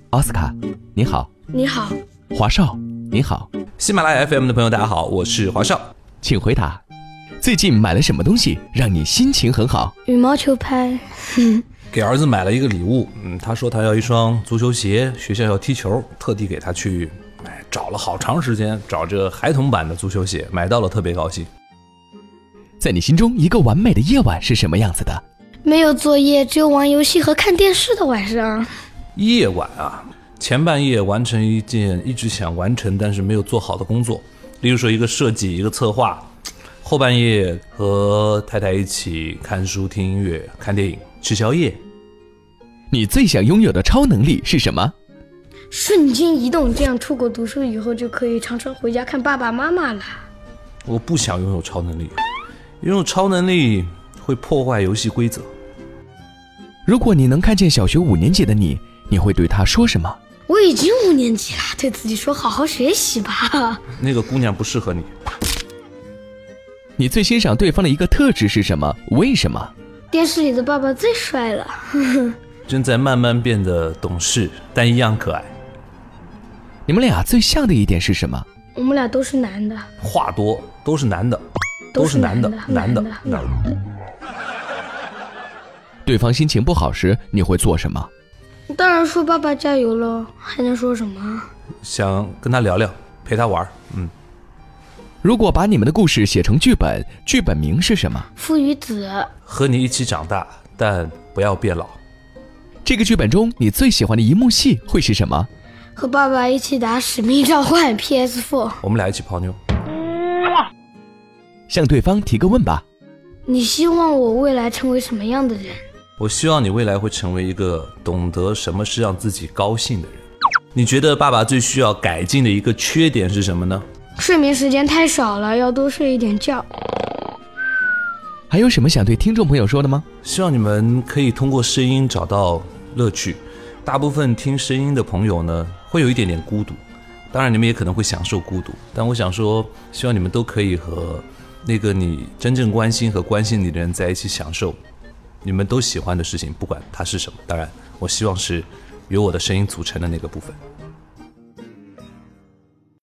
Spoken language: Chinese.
奥斯卡，你好。 你好。 华少，你好。 喜马拉雅 FM 的朋友大家好，我是华少。 请回答，最近买了什么东西让你心情很好？ 羽毛球拍。 给儿子买了一个礼物，他说他要一双足球鞋，学校要踢球，特地给他去找了好长时间，找这孩童版的足球鞋，买到了，特别高兴。 在你心中，一个完美的夜晚是什么样子的？ 没有作业，只有玩游戏和看电视的晚上。 夜晚啊，前半夜完成一件一直想完成但是没有做好的工作，例如说一个设计，一个策划。后半夜和太太一起看书、听音乐、看电影、吃宵夜。 你最想拥有的超能力是什么？ 瞬间移动，这样出国读书以后就可以常常回家看爸爸妈妈了。 我不想拥有超能力，拥有超能力会破坏游戏规则。 如果你能看见小学5年级的你，你会对他说什么？ 我已经5年级了，对自己说好好学习吧。 那个姑娘不适合你。 你最欣赏对方的一个特质是什么？为什么？ 电视里的爸爸最帅了。 正在慢慢变得懂事，但一样可爱。 你们俩最像的一点是什么？ 我们俩都是男的。 话多，都是男的，都是男的。 对方心情不好时，你会做什么？ 当然说爸爸加油了，还能说什么？ 想跟他聊聊，陪他玩。 如果把你们的故事写成剧本，剧本名是什么？ 父与子。 和你一起长大，但不要变老。 这个剧本中你最喜欢的一幕戏会是什么？ 和爸爸一起打使命召唤 PS4。 我们俩一起泡妞。 向对方提个问吧。 你希望我未来成为什么样的人？ 我希望你未来会成为一个懂得什么是让自己高兴的人。你觉得爸爸最需要改进的一个缺点是什么呢？ 睡眠时间太少了，要多睡一点觉。 还有什么想对听众朋友说的吗？ 希望你们可以通过声音找到乐趣。大部分听声音的朋友呢，会有一点点孤独，当然你们也可能会享受孤独，但我想说，希望你们都可以和那个你真正关心和关心你的人在一起，享受你们都喜欢的事情，不管它是什么。当然我希望是由我的声音组成的那个部分。